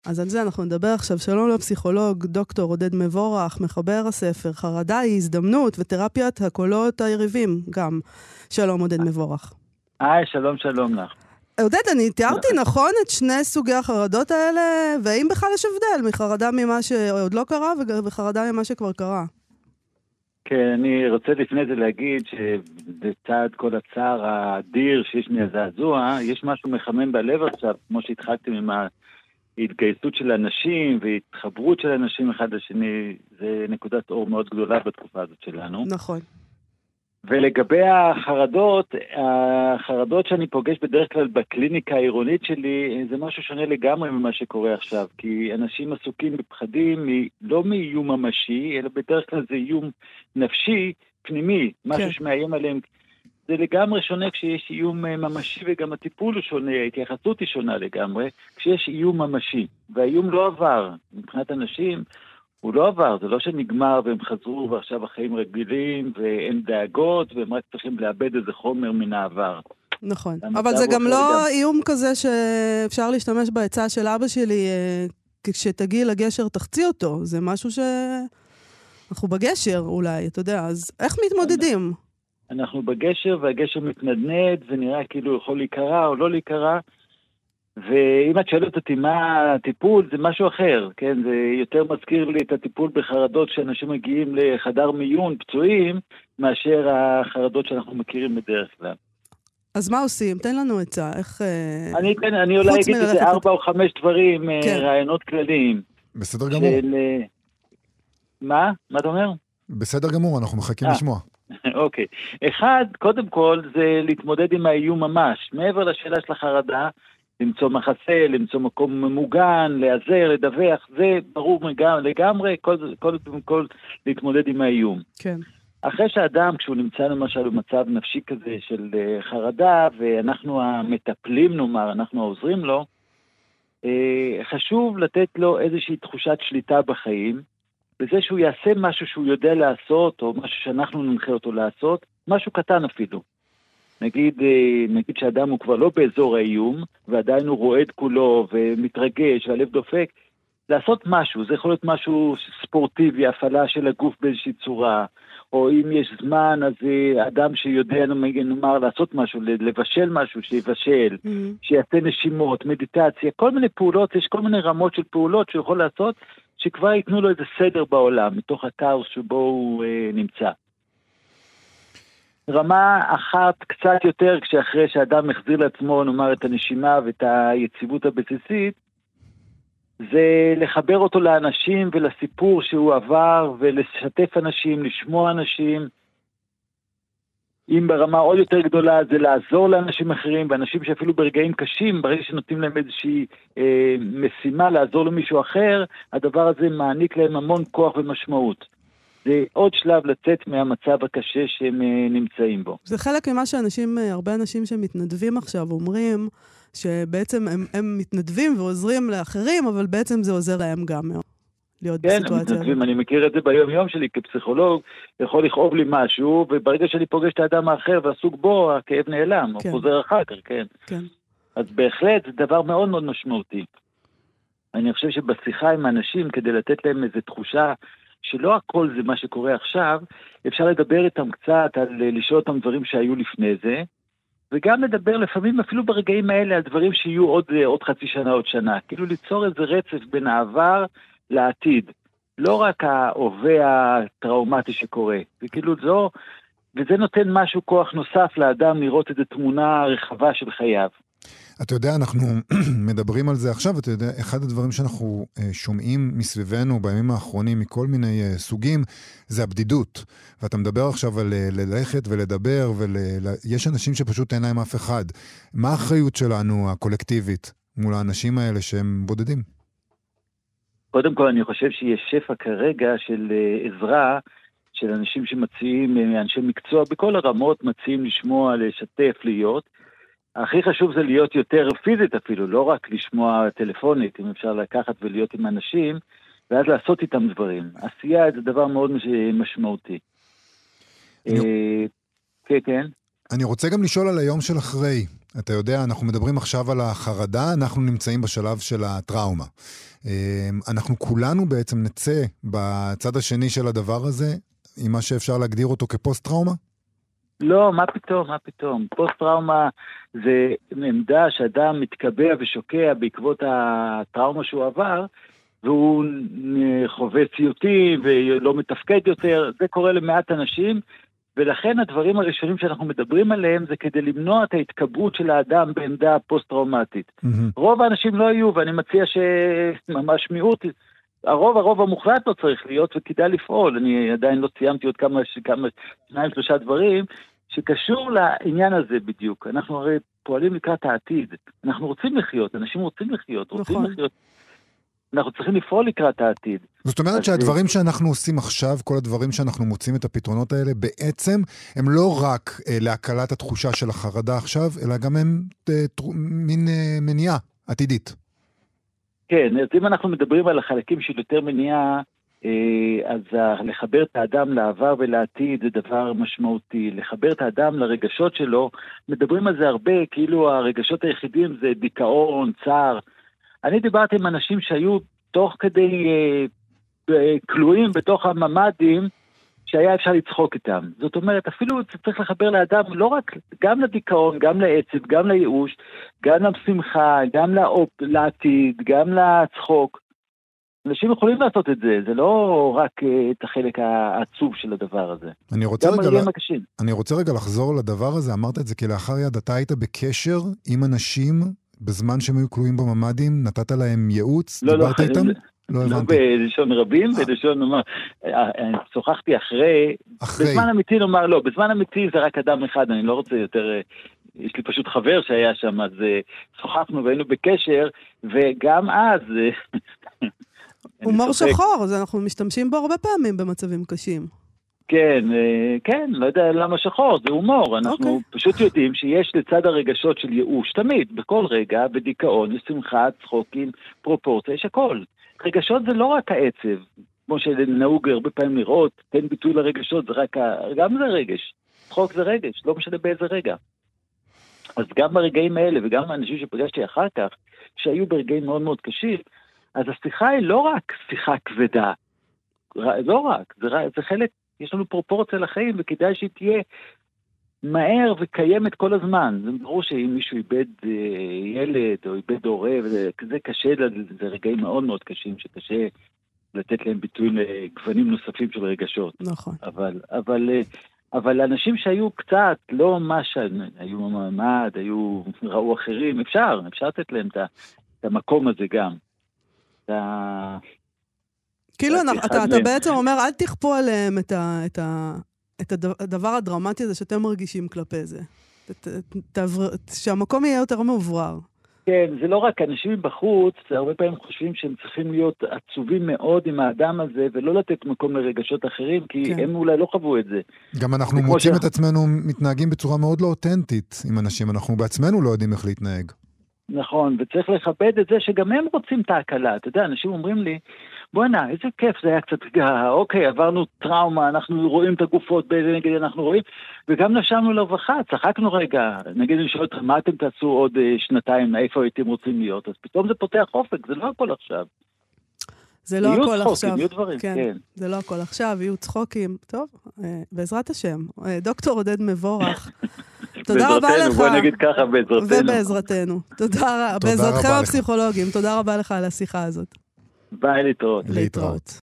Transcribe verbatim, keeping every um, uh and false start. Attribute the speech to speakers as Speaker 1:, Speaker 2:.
Speaker 1: אז על זה אנחנו נדבר עכשיו. שלום לפסיכולוג, דוקטור עודד מבורך, מחבר הספר, חרדה היא הזדמנות ותרפיית הקולות היריבים גם. שלום עודד מבורך.
Speaker 2: היי, שלום, שלום לך.
Speaker 1: עודד, אני תיארתי נכון את שני סוגי החרדות האלה, והאם בכלל יש הבדל מחרדה ממה שעוד לא קרה וחרדה ממה שכבר קרה?
Speaker 2: כן, אני רוצה לפני זה להגיד שבצד כל הצער האדיר שיש מהזעזוע, יש משהו מחמם בלב עכשיו, כמו שהתחלתם עם ההתגייסות של אנשים והתחברות של אנשים אחד לשני, זה נקודת אור מאוד גדולה בתקופה הזאת שלנו.
Speaker 1: נכון.
Speaker 2: ולגבי החרדות, החרדות שאני פוגש בדרך כלל בקליניקה העירונית שלי, זה משהו שונה לגמרי ממה שקורה עכשיו, כי אנשים עסוקים בפחדים לא מאיום ממשי, אלא בדרך כלל זה איום נפשי, פנימי, משהו כן. שמאיים עליהם. זה לגמרי שונה כשיש איום ממשי, וגם הטיפול הוא שונה, ההתייחסות היא שונה לגמרי, כשיש איום ממשי, והאיום לא עבר. מבחינת אנשים, הוא לא עבר, זה לא שנגמר והם חזרו ועכשיו החיים רגילים ואין דאגות והם רק צריכים לאבד איזה חומר מן העבר.
Speaker 1: נכון, אבל זה גם לא איום כזה שאפשר להשתמש בהצעה של אבא שלי, כשתגיעי לגשר תחצי אותו, זה משהו שאנחנו בגשר אולי, אתה יודע, אז איך מתמודדים?
Speaker 2: אנחנו בגשר והגשר מתנדנד ונראה כאילו יכול להיקרא או לא להיקרא, ואם את שואלת אותי מה הטיפול, זה משהו אחר, כן? זה יותר מזכיר לי את הטיפול בחרדות שאנשים מגיעים לחדר מיון פצועים, מאשר החרדות שאנחנו מכירים בדרך כלל.
Speaker 1: אז מה עושים? תן לנו עצה, איך...
Speaker 2: אני, כן, אני אולי אגיד את זה ארבע או חמש דברים, כן. רעיונות כלליים.
Speaker 3: בסדר גמור.
Speaker 2: של... מה? מה אתה אומר?
Speaker 3: בסדר גמור, אנחנו מחכים 아. לשמוע.
Speaker 2: אוקיי. אחד, קודם כל, זה להתמודד עם האיום ממש. מעבר לשאלה של החרדה, למצוא מחסה, למצוא מקום ממוגן, לעזר, לדווח, זה ברור לגמרי, כל, כל, כל, כל להתמודד עם האיום.
Speaker 1: כן.
Speaker 2: אחרי שהאדם, כשהוא נמצא למשל במצב נפשי כזה של חרדה, ואנחנו המטפלים נאמר, אנחנו העוזרים לו, חשוב לתת לו איזושהי תחושת שליטה בחיים, בזה שהוא יעשה משהו שהוא יודע לעשות, או משהו שאנחנו ננחה אותו לעשות, משהו קטן אפילו. נגיד, נגיד שאדם הוא כבר לא באזור האיום, ועדיין הוא רועד כולו ומתרגש והלב דופק, לעשות משהו, זה יכול להיות משהו ספורטיבי, הפעלה של הגוף באיזושהי צורה, או אם יש זמן, אז אדם שיודע, נאמר, לעשות משהו, לבשל משהו, שיבשל, mm-hmm. שיעשה נשימות, מדיטציה, כל מיני פעולות, יש כל מיני רמות של פעולות שהוא יכול לעשות, שכבר ייתנו לו איזה סדר בעולם, מתוך הכאוס שבו הוא אה, נמצא. רמה אחת קצת יותר, כשאחרי שאדם מחזיר לעצמו, נאמר, את הנשימה ואת היציבות הבסיסית, זה לחבר אותו לאנשים ולסיפור שהוא עבר, ולשתף אנשים, לשמוע אנשים. אם ברמה עוד יותר גדולה, זה לעזור לאנשים אחרים, ואנשים שאפילו ברגעים קשים, ברגע שנותנים להם איזושהי אה, משימה לעזור למישהו אחר, הדבר הזה מעניק להם המון כוח ומשמעות. זה עוד שלב לצאת מהמצב הקשה שהם אה, נמצאים בו.
Speaker 1: זה חלק ממה שאנשים, הרבה אנשים שמתנדבים עכשיו אומרים, שבעצם הם, הם מתנדבים ועוזרים לאחרים, אבל בעצם זה עוזר להם גם מאוד.
Speaker 2: כן, הם מתנדבים, אני מכיר את זה ביום יום שלי כפסיכולוג, יכול לכאוב לי משהו, וברגע שאני פוגש את האדם האחר ועסוק בו, הכאב נעלם, כן. הוא חוזר אחר כך, כן.
Speaker 1: כן.
Speaker 2: אז בהחלט זה דבר מאוד מאוד משמעותי. אני חושב שבשיחה עם האנשים, כדי לתת להם איזו תחושה, שלא הכל זה מה שקורה עכשיו, אפשר לדבר איתם קצת, על לשאול אותם דברים שהיו לפני זה, וגם לדבר לפעמים אפילו ברגעים האלה על דברים שיהיו עוד, עוד חצי שנה, עוד שנה. כאילו ליצור איזה רצף בין העבר לעתיד. לא רק ההווה הטראומטי שקורה. וכאילו זו, וזה נותן משהו כוח נוסף לאדם לראות איזו תמונה רחבה של חייו.
Speaker 3: אתה יודע, אנחנו מדברים על זה עכשיו, אתה יודע, אחד הדברים שאנחנו שומעים מסביבנו בימים האחרונים מכל מיני סוגים, זה הבדידות. ואתה מדבר עכשיו על ללכת ולדבר, ויש אנשים שפשוט אין להם אף אחד. מה האחריות שלנו, הקולקטיבית, מול האנשים האלה שהם בודדים?
Speaker 2: קודם כל, אני חושב שיש שפע כרגע של עזרה, של אנשים שמציעים, אנשי מקצוע, בכל הרמות מציעים לשמוע, לשתף, להיות. הכי חשוב זה להיות יותר פיזית אפילו, לא רק לשמוע טלפונית, אם אפשר לקחת ולהיות עם אנשים, ואז לעשות איתם דברים. עשייה זה דבר מאוד משמעותי. כן, כן.
Speaker 3: אני רוצה גם לשאול על היום של אחרי. אתה יודע, אנחנו מדברים עכשיו על החרדה, אנחנו נמצאים בשלב של הטראומה. אנחנו כולנו בעצם נצא בצד השני של הדבר הזה, עם מה שאפשר להגדיר אותו כפוסט-טראומה?
Speaker 2: לא, מה פתאום, מה פתאום. פוסט-טראומה זה עמדה שאדם מתקבע ושוקע בעקבות הטראומה שהוא עבר, והוא חווה ציוטים ולא מתפקד יותר. זה קורה למעט אנשים, ולכן הדברים הראשונים שאנחנו מדברים עליהם זה כדי למנוע את ההתקבעות של האדם בעמדה פוסט-טראומטית. Mm-hmm. רוב האנשים לא היו, ואני מציע שממש מיעוט, הרוב, הרוב המוחלט לא צריך להיות, וכדאי לפעול. אני עדיין לא ציימתי עוד כמה, כמה, שניים, שלושה דברים, שקשור לעניין הזה בדיוק. אנחנו הרי פועלים לקראת העתיד. אנחנו רוצים לחיות, אנשים רוצים לחיות, רוצים נכון. לחיות. אנחנו צריכים לפעול לקראת העתיד.
Speaker 3: זאת אומרת שהדברים שאנחנו עושים עכשיו, כל הדברים שאנחנו מוצאים את הפתרונות האלה, בעצם הם לא רק להקלת התחושה של החרדה עכשיו, אלא גם הם מין מניעה עתידית.
Speaker 2: כן, אז אם אנחנו מדברים על החלקים של יותר מניעה, אז לחבר את האדם לעבר ולעתיד זה דבר משמעותי. לחבר את האדם לרגשות שלו, מדברים על זה הרבה, כאילו הרגשות היחידים זה דיכאון, צער. אני דיברתי עם אנשים שהיו תוך כדי אה, כלואים בתוך הממדים, שהיה אפשר לצחוק איתם. זאת אומרת, אפילו צריך לחבר לאדם, לא רק, גם לדיכאון, גם לעצב, גם לייאוש, גם לשמחה, גם לאופ, לעתיד, גם לצחוק. אנשים יכולים לעשות את זה, זה לא רק אה, את החלק העצוב של הדבר הזה.
Speaker 3: אני רוצה, רגע, לה... אני רוצה רגע לחזור לדבר הזה, אמרת את זה כלאחר יד, אתה היית בקשר עם אנשים... בזמן שהם היו כלואים בממדים, נתת להם ייעוץ?
Speaker 2: לא,
Speaker 3: דיברת
Speaker 2: לא,
Speaker 3: איתם?
Speaker 2: לא, לא בלשון רבים, בלשון נאמר, שוחחתי אחרי, אחרי, בזמן אמיתי נאמר, לא, בזמן אמיתי זה רק אדם אחד, אני לא רוצה יותר, יש לי פשוט חבר שהיה שם, אז שוחחנו והיינו בקשר, וגם אז...
Speaker 1: הומור שחור, אז אנחנו משתמשים בו הרבה פעמים במצבים קשים.
Speaker 2: כן, כן, לא יודע למה שחור, זה הומור, אנחנו okay. פשוט יודעים שיש לצד הרגשות של ייאוש, תמיד, בכל רגע, בדיכאון, שמחה, צחוקים, פרופורציה, יש הכל. רגשות זה לא רק העצב, כמו שנהוג הרבה פעמים לראות, תן ביטוי לרגשות, זה רק, גם זה רגש, צחוק זה רגש, לא משנה באיזה רגע. אז גם ברגעים האלה, וגם האנשים שפגשתי אחר כך, שהיו ברגעים מאוד מאוד קשים, אז השיחה היא לא רק שיחה כבדה, לא רק, זה, זה חלק, יש לנו פרופורציה לחיים, וכדאי שהיא תהיה מהר וקיימת כל הזמן. זה ברור שאם מישהו איבד ילד או איבד הורה, וזה קשה, זה רגעים מאוד מאוד קשים, שקשה לתת להם ביטוי לגוונים נוספים של רגשות.
Speaker 1: נכון.
Speaker 2: אבל, אבל, אבל אנשים שהיו קצת, לא מה שהיו במעמד, היו, ראו אחרים, אפשר, אפשר לתת להם את המקום הזה גם. את ה...
Speaker 1: כאילו, אתה, אתה בעצם אומר, אל תכפו עליהם את, ה, את, ה, את הדבר הדרמטי הזה שאתם מרגישים כלפי זה. ת, ת, שהמקום יהיה יותר מעוברר.
Speaker 2: כן, זה לא רק אנשים בחוץ, הרבה פעמים חושבים שהם צריכים להיות עצובים מאוד עם האדם הזה, ולא לתת מקום לרגשות אחרים, כי כן. הם אולי לא חוו את זה.
Speaker 3: גם אנחנו מוצאים ש... את עצמנו מתנהגים בצורה מאוד לא אותנטית עם אנשים, אנחנו בעצמנו לא יודעים איך להתנהג.
Speaker 2: נכון, וצריך לכבד את זה שגם הם רוצים את ההקלה. אתה יודע, אנשים אומרים לי, בוא'נה, איזה כיף, זה היה קצת, אוקיי, עברנו טראומה, אנחנו רואים את הגופות, באיזה נגיד אנחנו רואים, וגם נשמנו לרווחה, צחקנו רגע, נגיד אני שואל אתכם, מה אתם תעשו עוד שנתיים, איפה הייתם רוצים להיות? אז פתאום זה פותח אופק, זה לא הכל עכשיו.
Speaker 1: זה לא הכל
Speaker 2: צחוקים,
Speaker 1: עכשיו.
Speaker 2: יהיו דברים,
Speaker 1: כן,
Speaker 2: כן.
Speaker 1: זה לא הכל עכשיו, יהיו צחוקים. טוב, בעזרת השם. דוקטור עודד מבורך. תודה רבה לך.
Speaker 2: בוא נגיד ככה, בעזרתנו.
Speaker 1: ובעזרתנו. תודה רבה. בעזרתכם הפסיכולוגים. תודה רבה לך על השיחה הזאת.
Speaker 2: ביי, להתראות.
Speaker 1: להתראות.